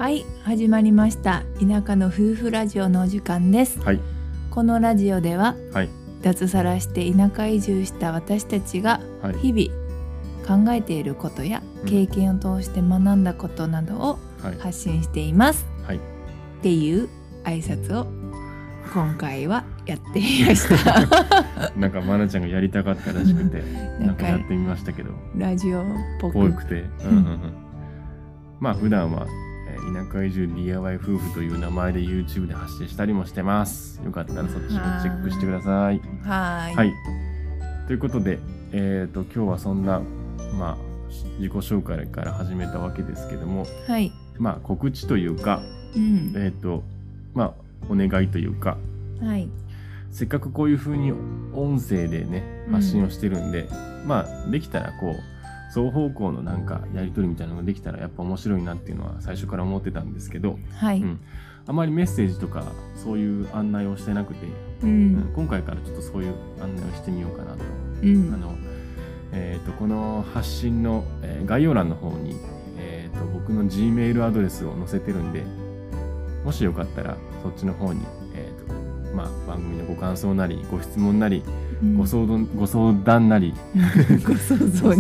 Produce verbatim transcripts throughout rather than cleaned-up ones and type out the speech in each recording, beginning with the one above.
はい、始まりました。田舎の夫婦ラジオのお時間です。 はい、 このラジオでは、 はい、 脱サラして田舎移住した私たちがはい、 日々考えていることやうん経験を通して学んだことなどをはい、 発信しています、 はい、 っていう挨拶を今回はやってみましたなんかまなちゃんがやりたかったらしくてなんかやってみましたけどラジオっぽく多くて、うんうんうん、まあ普段はえー田舎移住 ディーアイワイ 夫婦という名前で YouTube で発信したりもしてます。よかったらそっちもチェックしてください。 はーい、 はい、ということで、えーと今日はそんなまあ自己紹介から始めたわけですけども、 はい、 まあ告知というか、 うんえーとまあお願いというか、 はい、 せっかくこういう風に音声でね発信をしてるんで、うん、まあできたらこう双方向のなんかやり取りみたいなのができたらやっぱ面白いなっていうのは最初から思ってたんですけど、 はい、 うん、あまりメッセージとかそういう案内をしてなくて、 うんうん、今回からちょっとそういう案内をしてみようかなと、 うん、 あの、えーとこの発信の、えー概要欄の方に、えーと僕の G メールアドレスを載せてるんで、もしよかったらそっちの方に、えーとまあ、番組のご感想なりご質問なり、うん、ご相談ご相談なりご想像に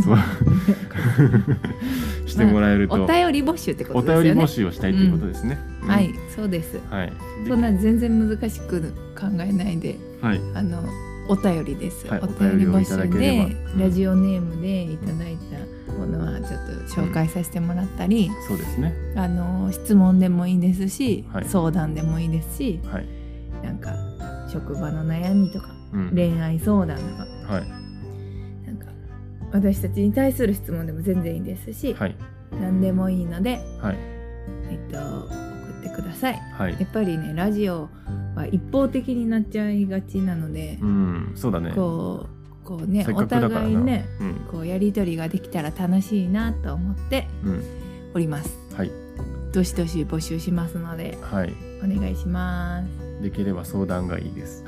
してもらえると、 まあ、お便り募集ってことですよね。 お便り募集をしたいということですね、 うんうん、はい、そうです、はい、そんな全然難しく考えないで、はい、あのお便りです、はい、お便り募集で、うん、ラジオネームでいただいたものはちょっと紹介させてもらったり、 うん、そうですね、 あの質問でもいいですし、はい、相談でもいいですし、 はい、 なんか職場の悩みとか、うん、恋愛相談とか、はい、なんか私たちに対する質問でも全然いいですし、はい、何でもいいので、はい、えっと、送ってください、はい、やっぱりねラジオは一方的になっちゃいがちなので、 うん、そうだね、 こうこうね、お互いね、うん、こうやり取りができたら楽しいなと思っております、うん、はい、どしどし募集しますので、はい、お願いします。 できれば相談がいいです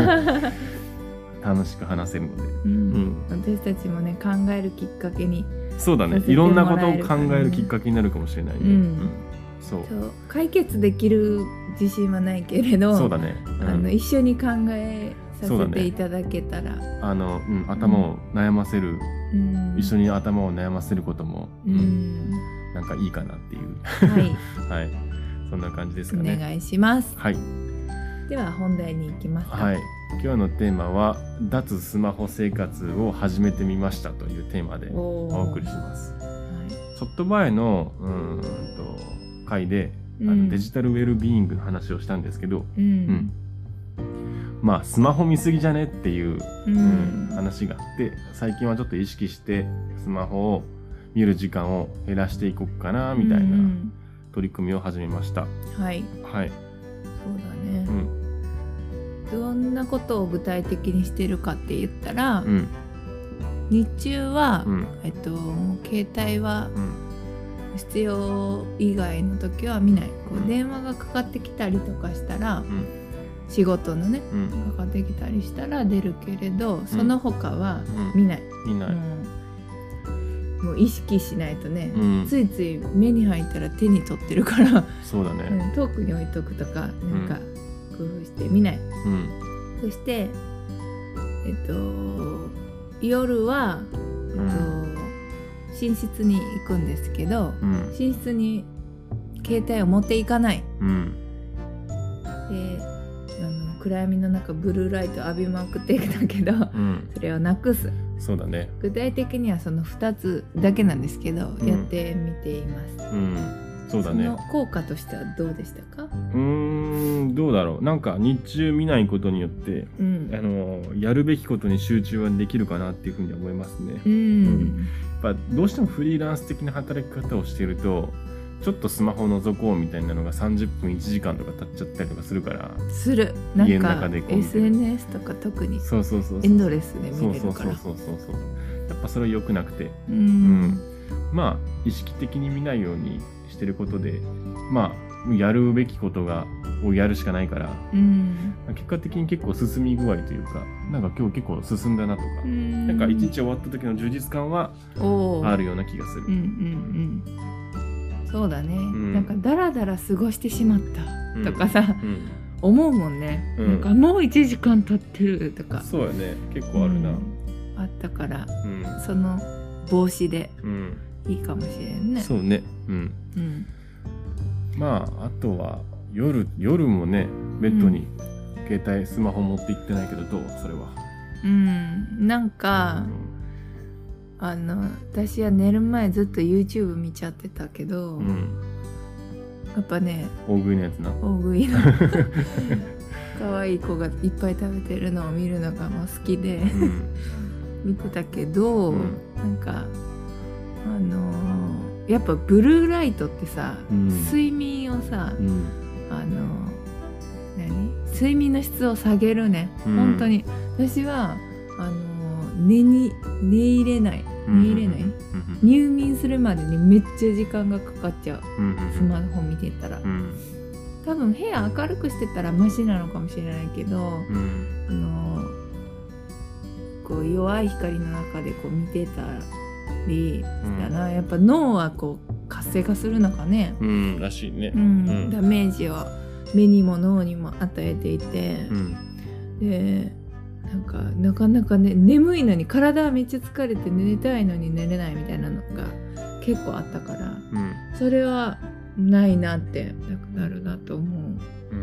楽しく話せるので、うんうん、私たちもね考えるきっかけに、 そうだね、いろんなことを考えるきっかけになるかもしれないね、うんうん、 そう、そう解決できる自信はないけれど、 そうだね、うん、 あの一緒に考えさせていただけたら、ね、 あの、うん、頭を悩ませる、うん、一緒に頭を悩ませることも、うんうん、なんかいいかなっていう、はい、はい、そんな感じですかね。 お願いします。 はい。 では本題に行きますか。 はい。今日のテーマは脱スマホ生活を始めてみましたというテーマでお送りします。はい、ちょっと前のうーんと回で、うん、あのデジタルウェルビーイングの話をしたんですけど、うんうん、まあスマホ見すぎじゃねっていう、うんうん、話があって、最近はちょっと意識してスマホを見る時間を減らしていこうかなみたいな取り組みを始めました。はい。はい。 そうだね。うん、どんなことを具体的にしてるかって言ったら、うん、日中は、うん、えっともう携帯は必要以外の時は見ない。こう電話がかかってきたりとかしたら。うん、仕事のね、うん、かかってきたりしたら出るけれど、うん、その他は見ない、 うん、見ない、 もう、もう意識しないとね、うん、ついつい目に入ったら手に取ってるからそうだね、 うん、遠くに置いとくとかなんか工夫して見ない、うん、そしてえっと夜は、えっと、うん、寝室に行くんですけど、うん、寝室に携帯を持っていかない、うん、で暗闇の中ブルーライト浴びまくってきたけど、うん、それをなくす。 そうだね。 具体的にはそのふたつだけなんですけど、うん、やってみています、うん、 そうだね。 その効果としてはどうでしたか？ うーん、どうだろう。なんか日中見ないことによって、うん、あのやるべきことに集中はできるかなっていうふうに思いますね、うんうん、やっぱどうしてもフリーランス的な働き方をしているとちょっとスマホ覗こうみたいなのがさんじゅっぷんいちじかんとか経っちゃったりとかするからする。なんか家の中でこう エスエヌエス とか特にそうそうそうそうエンドレスで見れるからそうそうそうそうそうやっぱそれは良くなくて、うん、うん、まあ意識的に見ないようにしてることでまあやるべきことがをやるしかないから、うん、結果的に結構進み具合というかなんか今日結構進んだなとか、うん、なんか一日終わった時の充実感はあるような気がする。うんうんうん、 そうだね、 うん、 なんかダラダラ過ごしてしまったとかさ、 うんうん、 思うもんね、うん、なんかもういちじかん経ってるとか。 そうやね、結構あるな、うん、 あったから、 うん、 その帽子でいいかもしれんね。 そうね、うん、うん、まああとは夜夜もねベッドに携帯、スマホ持って行ってないけどどうそれは。 うん、なんか、うん、あの私は寝る前ずっと YouTube 見ちゃってたけど、うん、やっぱね大食いのやつな大食いの可愛い子がいっぱい食べてるのを見るのがもう好きで、うん、見てたけど、うん、なんかあのー、やっぱブルーライトってさ、うん、睡眠をさ、うん、あのー、何睡眠の質を下げるね、うん、本当に私はあのー、寝に寝入れない寝入れない、うん、入眠するまでにめっちゃ時間がかかっちゃう、うん、スマホ見てたら、うん、多分部屋明るくしてたらマシなのかもしれないけど、うん、あのー、こう弱い光の中でこう見てたりしたら、うん、やっぱ脳はこう活性化するのかね、 うん、らしいね、 うんうん、ダメージを目にも脳にも与えていて、うん、でなんかなかなかね眠いのに体はめっちゃ疲れて寝たいのに寝れないみたいなのが結構あったから、うん、それはないなってなくなるなと思う、うん、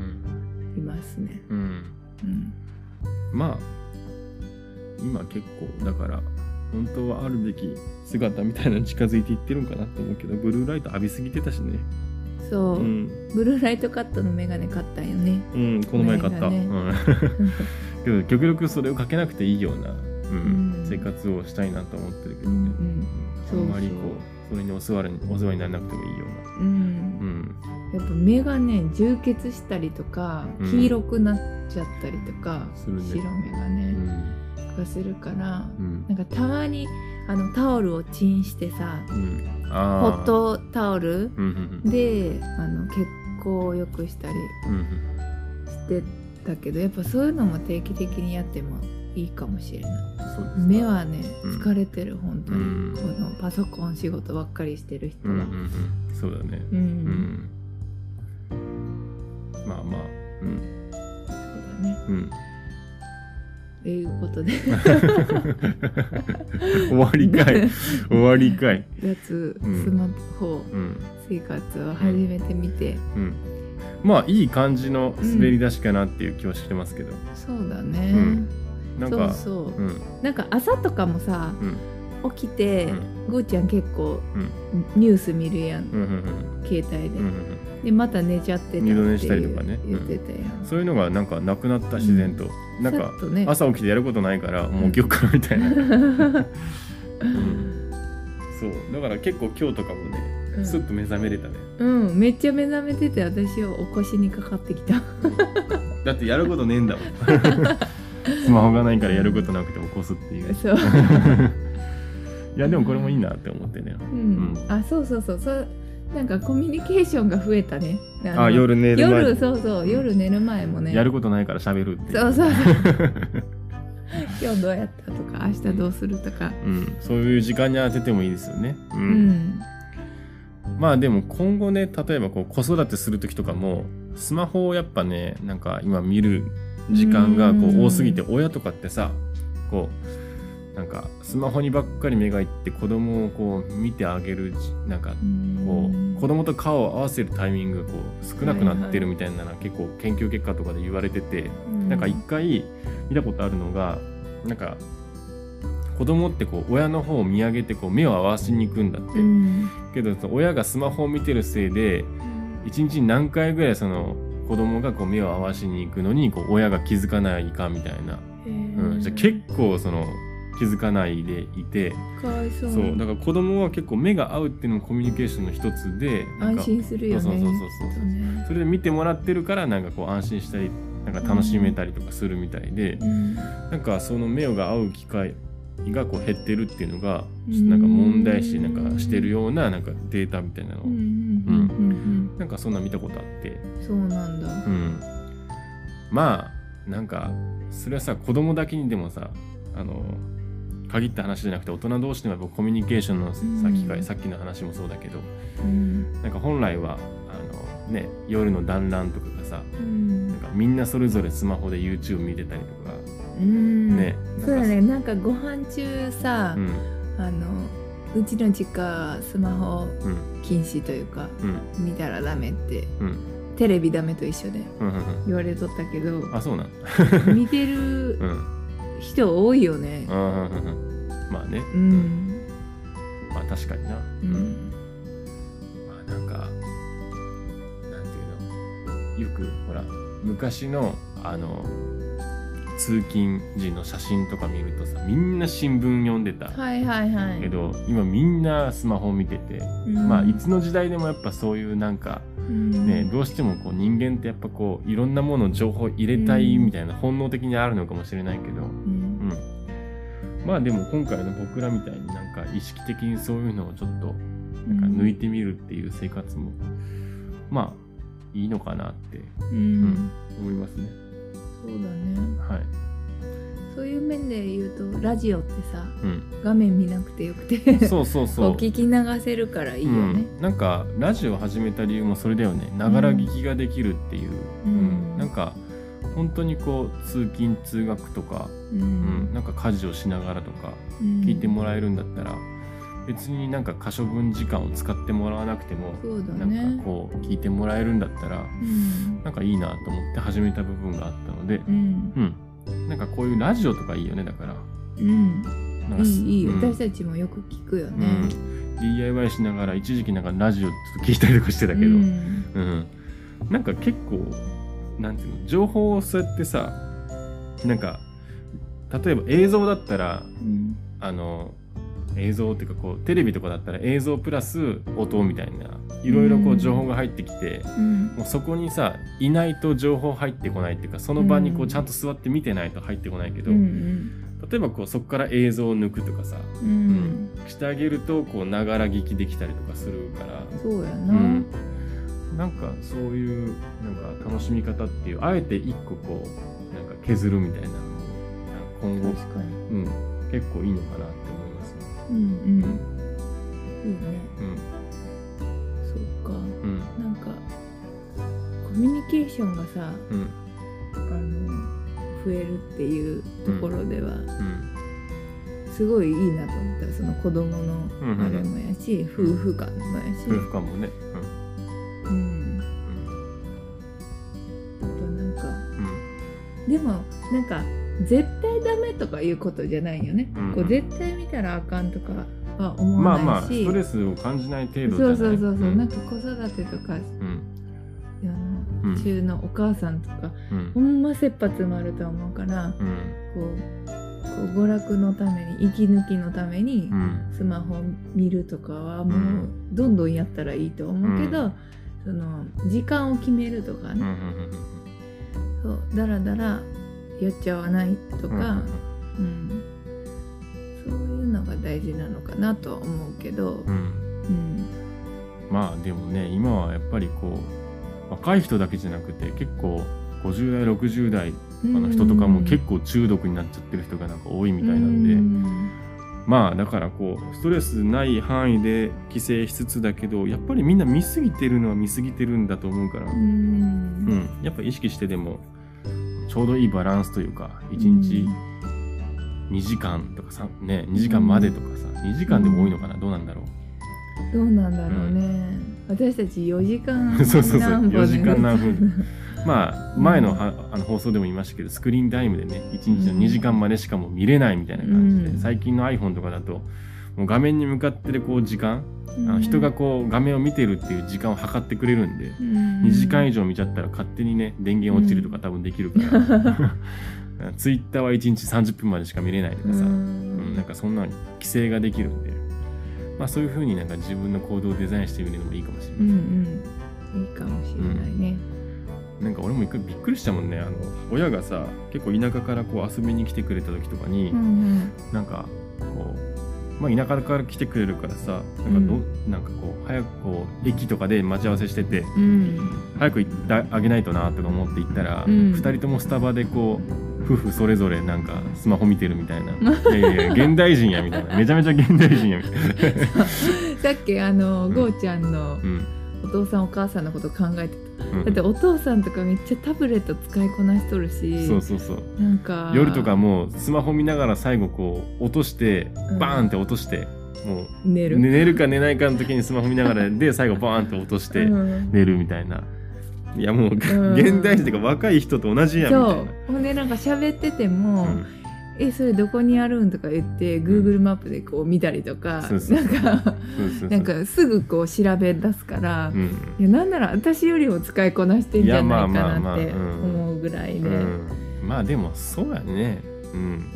いますね、うんうん、まあ今結構だから本当はあるべき姿みたいなのに近づいていってるんかなと思うけど、ブルーライト浴びすぎてたしね。 そう、うん、ブルーライトカットのメガネ買ったんよね。 うん、この前買った、ね、うん、けど極力それをかけなくていいような、うんうん、生活をしたいなと思ってるけどね、うんうん、あんまりこうそれにお世話にお世話にならなくてもいいような、うんうん、 やっぱ目がね充血したりとか、うん、黄色くなっちゃったりとか、うん、白目がね、うん、するから、うん、なんかたまにあのタオルをチンしてさ、うん、あホットタオル、うん、であの血行を良くしたりしてたけど、やっぱそういうのも定期的にやってもいいかもしれない。目はね、うん、疲れてる本当に、うん、このパソコン仕事ばっかりしてる人は、うんうんうん、 そうだね、うんうん、まあまあ、うん、 そうだね、うんということで終わりかい終わりかい脱スマホ生活を始めてみて、うんうん、 まあいい感じの滑り出しかなっていう気はしてますけど、うん、 そうだね、うん、なんかそうそう、うん、なんか朝とかもさ、うん、起きて、うん、ゴーちゃん結構、うん、ニュース見るやん、うんうんうん、携帯で、うんうん、でまた寝ちゃってたって二度寝したりとかね、 言ってたやん、 うん、そういうのがなんかなくなった自然と、うん、なんか朝起きてやることないからもう起きよっかなみたいな、うんうん、そうだから結構今日とかもね、うん、スッと目覚めれたね。 うんめっちゃ目覚めてて私は起こしにかかってきただってやることねえんだもんスマホがないからやることなくて起こすっていう。そういやでもこれもいいなって思ってね、 うんうん、あそうそうそうそうなんかコミュニケーションが増えたね。 ああ夜寝る前夜そうそう、うん、夜寝る前もねやることないから喋るっていう。 そうそうそう今日どうやったとか明日どうするとか、 うん、そういう時間に当ててもいいですよね、うんうん、まあでも今後ね例えばこう子育てする時とかもスマホをやっぱねなんか今見る時間がこう多すぎて、親とかってさこうなんかスマホにばっかり目がいって子供をこう見てあげるなんかこう子供と顔を合わせるタイミングがこう少なくなってるみたいなのは結構研究結果とかで言われてて、なんか一回見たことあるのがなんか子供ってこう親の方を見上げてこう目を合わしに行くんだって、けど親がスマホを見てるせいで一日に何回ぐらいその子供がこう目を合わしに行くのにこう親が気づかないかみたいな、うん、じゃ結構その気づかないでいて、 かわいそう。 そうだから子供は結構目が合うっていうのもコミュニケーションの一つでなんか安心するよね。 そうそうそうそうそう、ね、それで見てもらってるからなんかこう安心したりなんか楽しめたりとかするみたいで、うん、なんかその目が合う機会がこう減ってるっていうのがなんか問題視なんかしてるようななんかデータみたいなのを、うんうん、なんかそんな見たことあって。 そうなんだ、 うん、まあなんかそれはさ子供だけにでもさあの限った話じゃなくて、大人同士でもやっぱコミュニケーションのさっきか、うん、さっきの話もそうだけど、うん、なんか本来はあの、ね、夜の団らんとかがさ、うん、なんかみんなそれぞれスマホで YouTube 見てたりとか、 うん、ね、そうだね。なんかご飯中さ、うん、あのうちの実家スマホ禁止というか、うん、見たらダメって、うん、テレビダメと一緒で言われとったけど、うん、 あ、そうなん見てる人多いよね、うん、 まあね、うん、まあ確かにな、うん、まあなんかなんていうの、よくほら昔のあの通勤時の写真とか見るとさ、みんな新聞読んでた、 はいはいはい、 けど今みんなスマホ見てて、うん、まあいつの時代でもやっぱそういうなんか、うん、ね、どうしてもこう人間ってやっぱこういろんなもの情報入れたいみたいな本能的にあるのかもしれないけど、うんうん、まあでも今回の僕らみたいになんか意識的にそういうのをちょっとなんか抜いてみるっていう生活も、まあいいのかなって、うんうん、思いますね。 そうだね、 はい、 そういう面で言うとラジオってさ、うん、画面見なくてよくてそうそうそう聞き流せるからいいよね、 うん、なんかラジオ始めた理由もそれだよね。ながら聞きができるっていう、うんうん、なんか本当にこう通勤通学とか、うんうん、なんか家事をしながらとか聞いてもらえるんだったら、別になんか可処分時間を使ってもらわなくても、 そうだね、 なんかこう聞いてもらえるんだったら、うん、なんかいいなと思って始めた部分があったので、うんうん、なんかこういうラジオとかいいよね。だから、 うん、なんかいいいい、うん、私たちもよく聞くよね、うん、 ディーアイワイ しながら一時期なんかラジオちょっと聞いたりとかしてたけど、うんうん、なんか結構なんていうの、情報をそうやってさ、なんか例えば映像だったら、うん、あの映像っていうかこうテレビとかだったら映像プラス音みたいないろいろこう情報が入ってきて、うん、もうそこにさいないと情報入ってこないっていうか、その場にこうちゃんと座って見てないと入ってこないけど、うん、例えばこうそこから映像を抜くとかさ、うんうん、してあげるとこうながら聞きできたりとかするから、 そうやな、うん、 なんかそういうなんか楽しみ方っていう、あえて一個こうなんか削るみたいなのも今後、確かに、うん、結構いいのかなって思いますね。うんうん、いいね、 うん、そうか、うん、なんかコミュニケーションがさ、うん、あの増えるっていうところでは、うんうん、すごいいいなと思った。その子供のあれもやし、うんうん、夫婦間もやし、 夫婦間もね、うん、うん、 あとなんか、うん、でもなんか絶対ダメとかいうことじゃないよね、うん、こう絶対見たらあかんとかは思わないし、 まあまあストレスを感じない程度じゃない。 そうそうそうそう、うん、なんか子育てとか、うん、中のお母さんとか、うん、ほんま切羽詰まると思うから、うん、こう、こう娯楽のために息抜きのためにスマホ見るとかはもうどんどんやったらいいと思うけど、うん、その時間を決めるとかね、うん、そうだらだらやっちゃわないとか、うんうん、そういうのが大事なのかなとは思うけど、うんうん、 まあでもね、今はやっぱりこう若い人だけじゃなくて結構ごじゅう代ろくじゅう代とかの人とかも結構中毒になっちゃってる人がなんか多いみたいなんで、うん、まあだからこうストレスない範囲で規制しつつだけど、やっぱりみんな見過ぎてるのは見過ぎてるんだと思うから、うん、うん、やっぱ意識してでもちょうどいいバランスというか、いちにちにじかんとかさ、ね、にじかんまでとかさ、にじかんでも多いのかな、どうなんだろう。どうなんだろうね。うん、私たちよじかんそうそうそう、よじかん何分。まあ前のはあの放送でも言いましたけど、スクリーンタイムでね、いちにちのにじかんまでしかも見れないみたいな感じで、うん、最近の iPhone とかだともう画面に向かってるこう時間、あの人がこう画面を見てるっていう時間を測ってくれるんで、うん、にじかん以上見ちゃったら勝手にね電源落ちるとか多分できるから、うん、ツイッターはいちにちさんじゅっぷんまでしか見れないとかさ、うん、なんかそんな規制ができるんで、まあそういう風になんか自分の行動をデザインしてみるのもいいかもしれない、うんうん、いいかもしれないね、 うん、なんか俺も一回びっくりしたもんね。あの親がさ結構田舎からこう遊びに来てくれた時とかに、うんうん、なんかこうまあ、田舎から来てくれるからさ、なんかど、うん、なんかこう早くこう駅とかで待ち合わせしてて、うん、早く行ってあげないとなとか思って行ったら、うん、ふたりともスタバでこう夫婦それぞれなんかスマホ見てるみたいな、いやいや現代人やみたいな、めちゃめちゃ現代人やみたいなさっきあの、うん、ゴーちゃんのお父さんお母さんのこと考えてた、うん、だってお父さんとかめっちゃタブレット使いこなしとるし、 そうそうそう、 なんか夜とかもうスマホ見ながら最後こう落としてバーンって落として、うん、もう寝る寝るか寝ないかの時にスマホ見ながらで最後バーンって落として寝るみたいな、いやもう、うん、現代人っていうか若い人と同じやんみたいな。そうほんでなんか喋ってても、うん、えそれどこにあるんとか言って Google マップでこう見たりとか、うん、なんかなんかすぐこう調べ出すから、うん、いやなんなら私よりも使いこなしてんじゃないかなって思うぐらいで、うんうん、まあでもそうやね、うん、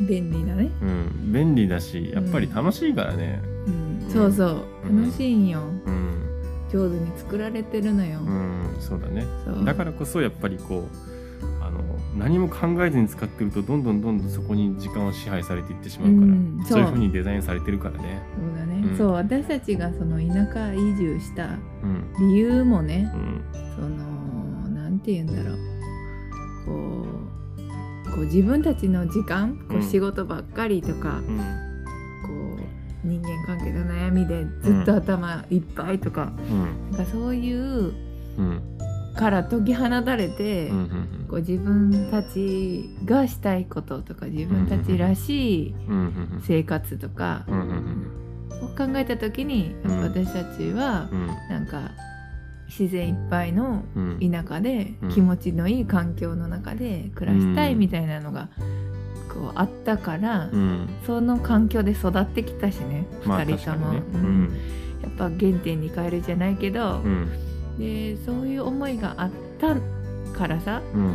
便利だね、 うん、便利だしやっぱり楽しいからね、 うんうん、そうそう楽しいんよ、うん上手に作られてるのよ、 うん、そうだね。だからこそやっぱりこうあの何も考えずに使ってるとどんどんどんどんそこに時間を支配されていってしまうから、うん、そう、そういう風にデザインされてるからね。 そうだね、うん、そう私たちがその田舎移住した理由もね、うん、そのなんて言うんだろう、こうこう自分たちの時間、こう仕事ばっかりとか、うん人間関係の悩みでずっと頭いっぱいとか、うん、なんかそういうから解き放たれて、うん、こう自分たちがしたいこととか自分たちらしい生活とかを考えた時にやっぱ私たちはなんか自然いっぱいの田舎で気持ちのいい環境の中で暮らしたいみたいなのがこうあったから、うん、その環境で育ってきたしね、まあ、ふたりとも、ねうん、やっぱ原点に帰るじゃないけど、うん、でそういう思いがあったからさ、うんうん、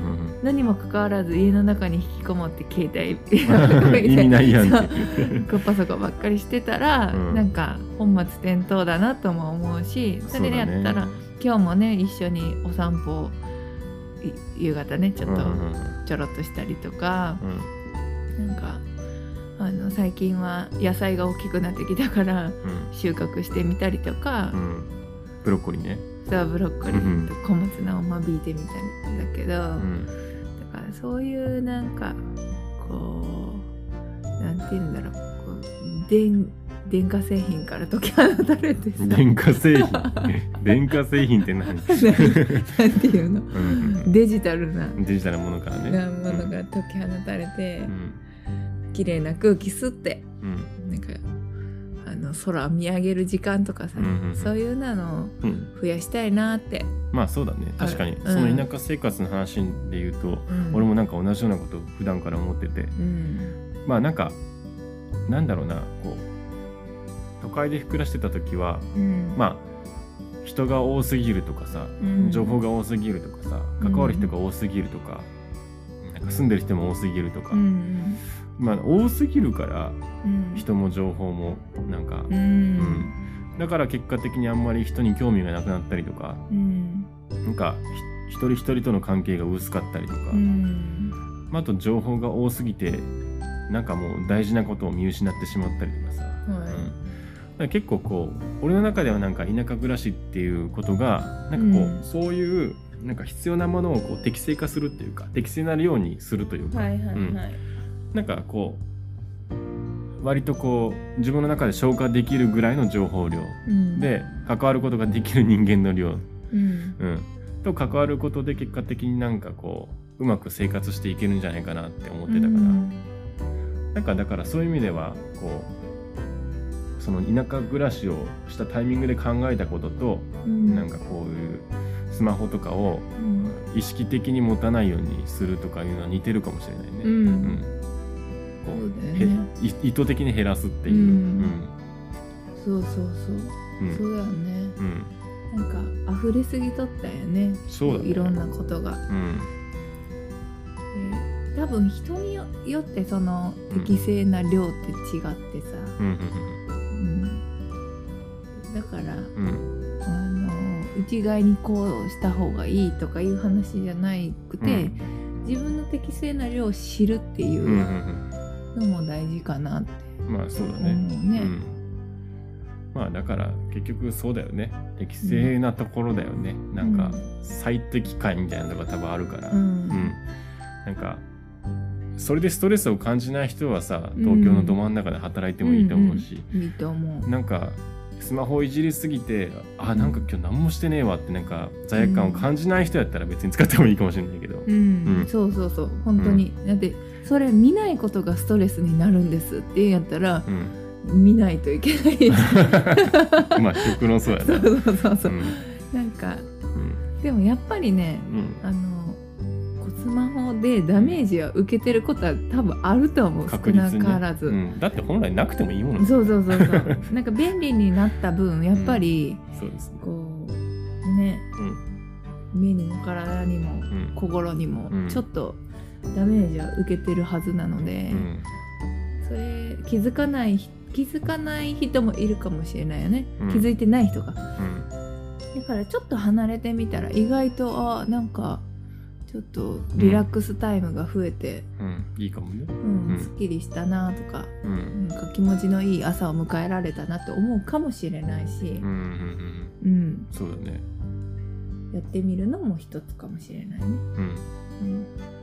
何もかかわらず家の中に引きこもって携帯意味ないやんってこパソコンばっかりしてたら、うん、なんか本末転倒だなとも思うし、それでやったら、ね、今日もね一緒にお散歩夕方ねちょっとちょろっとしたりとか、うんなんかあの最近は野菜が大きくなってきたから、うん、収穫してみたりとか、うん、 ブロッコリーねそうブロッコリーと小松菜を間引いてみたんだけど、うん、だからそういうなんかこうなんて言うんだろう、こう電電化製品から解き放たれてさ電化製品電化製品って何なんていうの、うん、デジタルなデジタルなものからねなものが解き放たれて、うん綺麗な空気吸って、うん、なんかあの空を見上げる時間とかさ、うんうんうん、そういうのを増やしたいなって、 うん、まあそうだね確かに、うん、その田舎生活の話で言うと、うん、俺もなんか同じようなことを普段から思ってて、うん、まあなんかなんだろうなこう都会で暮らしてた時は、うん、まあ人が多すぎるとかさ、うん、情報が多すぎるとかさ関わる人が多すぎるとか、うん、なんか住んでる人も多すぎるとか、うんまあ、多すぎるから、うん、人も情報もなんか、うんうん、だから結果的にあんまり人に興味がなくなったりとか、うん、なんか一人一人との関係が薄かったりとか、うんまあ、あと情報が多すぎてなんかもう大事なことを見失ってしまったりとかさ、はいうん、だから結構こう俺の中ではなんか田舎暮らしっていうことがなんかこう、うん、そういうなんか必要なものをこう適正化するっていうか適正なようにするというか、はいはいはいうんなんかこう割とこう自分の中で消化できるぐらいの情報量、うん、で関わることができる人間の量、うんうん、と関わることで結果的になんかこううまく生活していけるんじゃないかなって思ってたから、うん、なんかだからそういう意味ではこうその田舎暮らしをしたタイミングで考えたことと、うん、なんかこういうスマホとかを意識的に持たないようにするとかいうのは似てるかもしれないね。うんうんそうだよね、 意図的に減らすっていう、うんうん、そうそうそう、うん、そうだよね、うん、なんか溢れすぎとったよねそうだねいろんなことが、うんえー、多分人によってその適正な量って違ってさ、うんうん、だから、うんあの一概にこうした方がいいとかいう話じゃなくて、うん、自分の適正な量を知るっていう、うんうんうんのも大事かなってまあそうだね、 思うね、うん、 まあだから結局そうだよね適正なところだよね、うん、なんか最適解みたいなのが多分あるから、うんうん、なんかそれでストレスを感じない人はさ東京のど真ん中で働いてもいいと思うし、 うんうん、いいと思う。 なんかスマホをいじりすぎてあなんか今日何もしてねえわってなんか罪悪感を感じない人やったら別に使ってもいいかもしれないけど、 うんうん、そうそうそう本当に、うん、だってそれ見ないことがストレスになるんですって言うんやったら、うん、見ないといけないまあ極論そうやなそうそうそうそう、うん、なんか、うん、でもやっぱりね、うん、あのスマホでダメージは受けてることは多分あると思う、少なからず、うん、 だって本来なくてもいいものそうそうそうそうなんか便利になった分やっぱり、 うん、そうですね、 こうね、うん、目にも体にも、うん、心にもちょっとダメージは受けてるはずなので、うん、それ気づかない気づかない人もいるかもしれないよね、うん、気づいてない人が、うん、だからちょっと離れてみたら意外とあなんかちょっとリラックスタイムが増えて、 うんうん、いいかもね、 うん、すっきりしたなとか、うん、なんか気持ちのいい朝を迎えられたなって思うかもしれないし、うんうんうんうん、 そうだね、 やってみるのも一つかもしれないね、うんうん、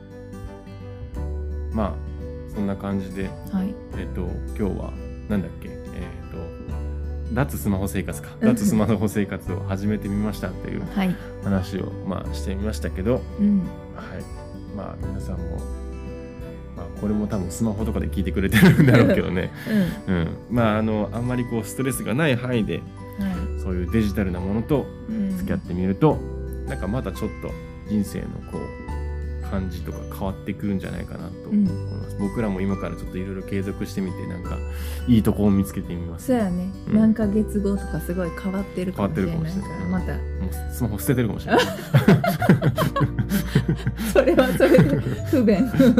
まあそんな感じで、はい、えっと今日はなんだっけ、えっと脱スマホ生活か脱スマホ生活を始めてみましたという話を、まあ、してみましたけど、うんはい、まあ皆さんも、まあ、これも多分スマホとかで聞いてくれてるんだろうけどね、うんうん、まああのあんまりこうストレスがない範囲で、はい、そういうデジタルなものと付き合ってみると、うん、なんかまたちょっと人生のこう感じとか変わってくるんじゃないかなと思います、うん、僕らも今からちょっといろいろ継続してみてなんかいいとこを見つけてみます。 そうやね、うん、何ヶ月後とかすごい変わってるかもしれないからまたもうスマホ捨ててるかもしれないそれはそれで不便、うん、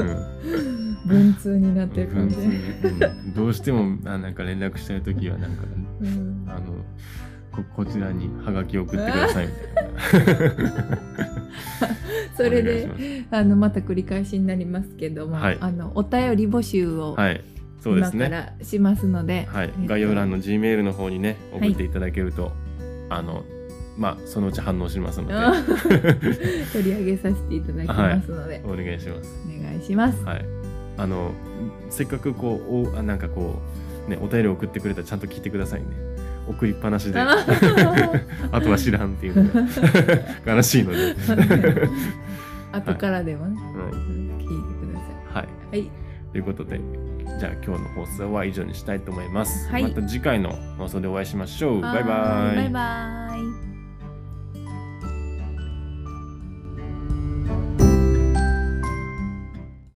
文通になってるかもしれない、 うん、どうしてもあなんか連絡したいときはなんか、うん、あの こ, こちらにハガキ送ってくださいみたいなそれであのまた繰り返しになりますけども、はい、あのお便り募集を、はい、そうですね、今からしますので、 はい、概要欄の G メールの方にね送っていただけると、はい、あのまあそのうち反応しますので取り上げさせていただきますので、 はい、お願いしますお願いします、 はい、あのせっかくこうおなんかこうねお便り送ってくれたらちゃんと聞いてくださいね。送りっぱなしであとは知らんっていうのが悲しいので後からでもね、はい、聞いてください、 はいはい、ということでじゃあ今日の放送は以上にしたいと思います、はい、また次回の放送でお会いしましょう。バイバイ。 バイバイ。